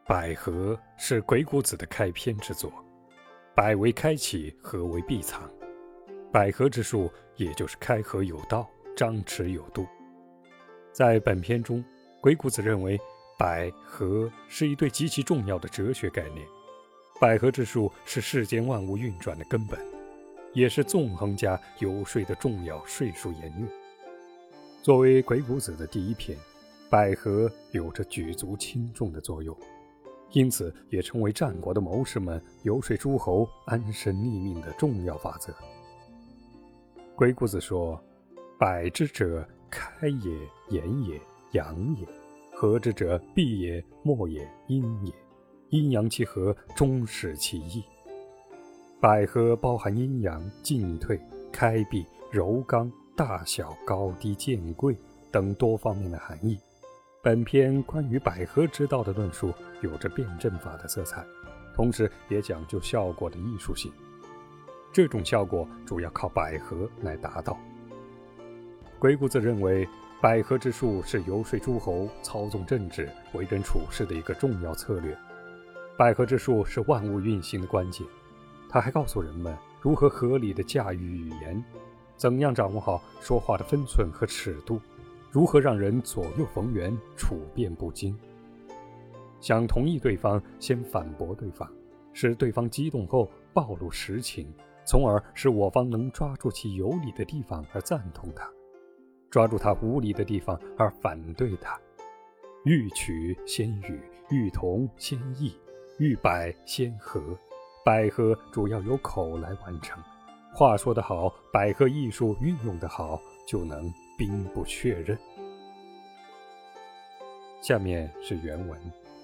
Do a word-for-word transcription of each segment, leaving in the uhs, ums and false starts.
百合是鬼谷子的开篇之作，百为开启，合为闭藏。百合之术，也就是开合有道，张弛有度。在本篇中，鬼谷子认为百合是一对极其重要的哲学概念。百合之术是世间万物运转的根本，也是纵横家游说的重要说术言语。作为鬼谷子的第一篇，百合有着举足轻重的作用，因此也成为战国的谋士们游说诸侯安身立命的重要法则。鬼谷子说：百之者，开也，言也，阳也；合之者，闭也，默也，阴也。阴阳其和，终始其意。百合包含阴阳、进退、开闭、柔刚、大小、高低、贱贵等多方面的含义。本篇关于百合之道的论述有着辩证法的色彩，同时也讲究效果的艺术性。这种效果主要靠百合来达到。鬼谷子认为，百合之术是游说诸侯、操纵政治、为人处事的一个重要策略。百合之术是万物运行的关键。他还告诉人们如何合理地驾驭语言，怎样掌握好说话的分寸和尺度，如何让人左右逢源，处变不惊。想同意对方，先反驳对方，使对方激动后暴露实情，从而使我方能抓住其有理的地方而赞同他，抓住他无理的地方而反对他。欲取先予，欲同先异，欲百先合。百合主要由口来完成，话说得好，百合艺术运用得好，就能兵不血刃。下面是原文：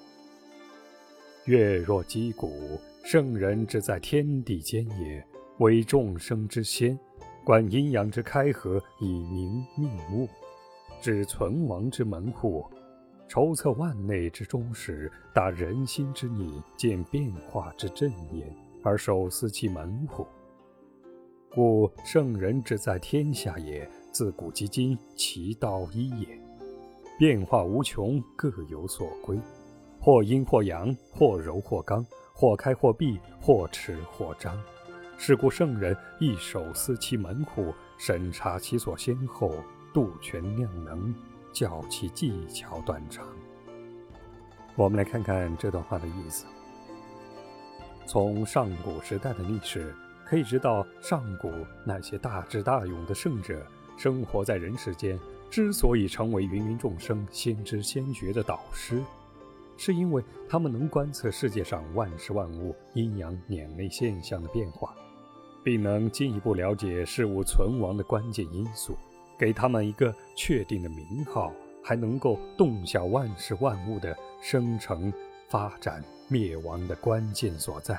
月若击鼓，圣人之在天地间也，为众生之先，观阴阳之开合，以明命物，指存亡之门户，筹策万内之终始，达人心之拟，见变化之正焉，而守思其门户。故圣人之在天下也，自古及今，其道一也。变化无穷，各有所归，或阴或阳，或柔或刚，或开或闭，或弛或张。是故圣人亦守思其门户，审查其所先后，度权量能，教其技巧短长。我们来看看这段话的意思。从上古时代的历史可以知道，上古那些大智大勇的圣者生活在人世间，之所以成为芸芸众生先知先觉的导师，是因为他们能观测世界上万事万物阴阳两类现象的变化，并能进一步了解事物存亡的关键因素，给他们一个确定的名号，还能够洞晓万事万物的生成、发展、灭亡的关键所在。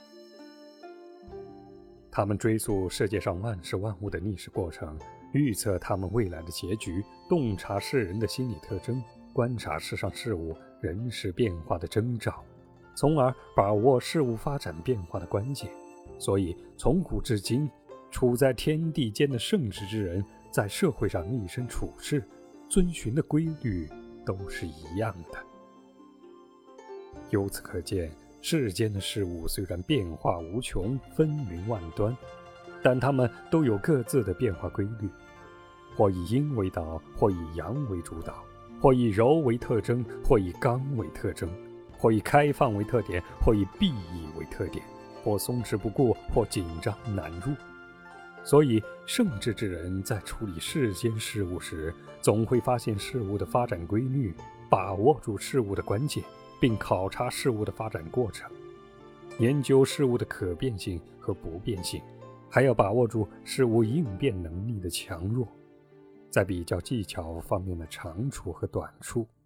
他们追溯世界上万事万物的历史过程，预测他们未来的结局，洞察世人的心理特征，观察世上事物人事变化的征兆，从而把握事物发展变化的关键。所以从古至今，处在天地间的圣智之人，在社会上立身处世，遵循的规律都是一样的。由此可见，世间的事物虽然变化无穷，纷纭万端，但它们都有各自的变化规律，或以阴为导，或以阳为主导，或以柔为特征，或以刚为特征，或以开放为特点，或以闭翳为特点，或松弛不过，或紧张难入。所以圣智之人在处理世间事物时，总会发现事物的发展规律，把握住事物的关键，并考察事物的发展过程，研究事物的可变性和不变性，还要把握住事物应变能力的强弱，在比较技巧方面的长处和短处。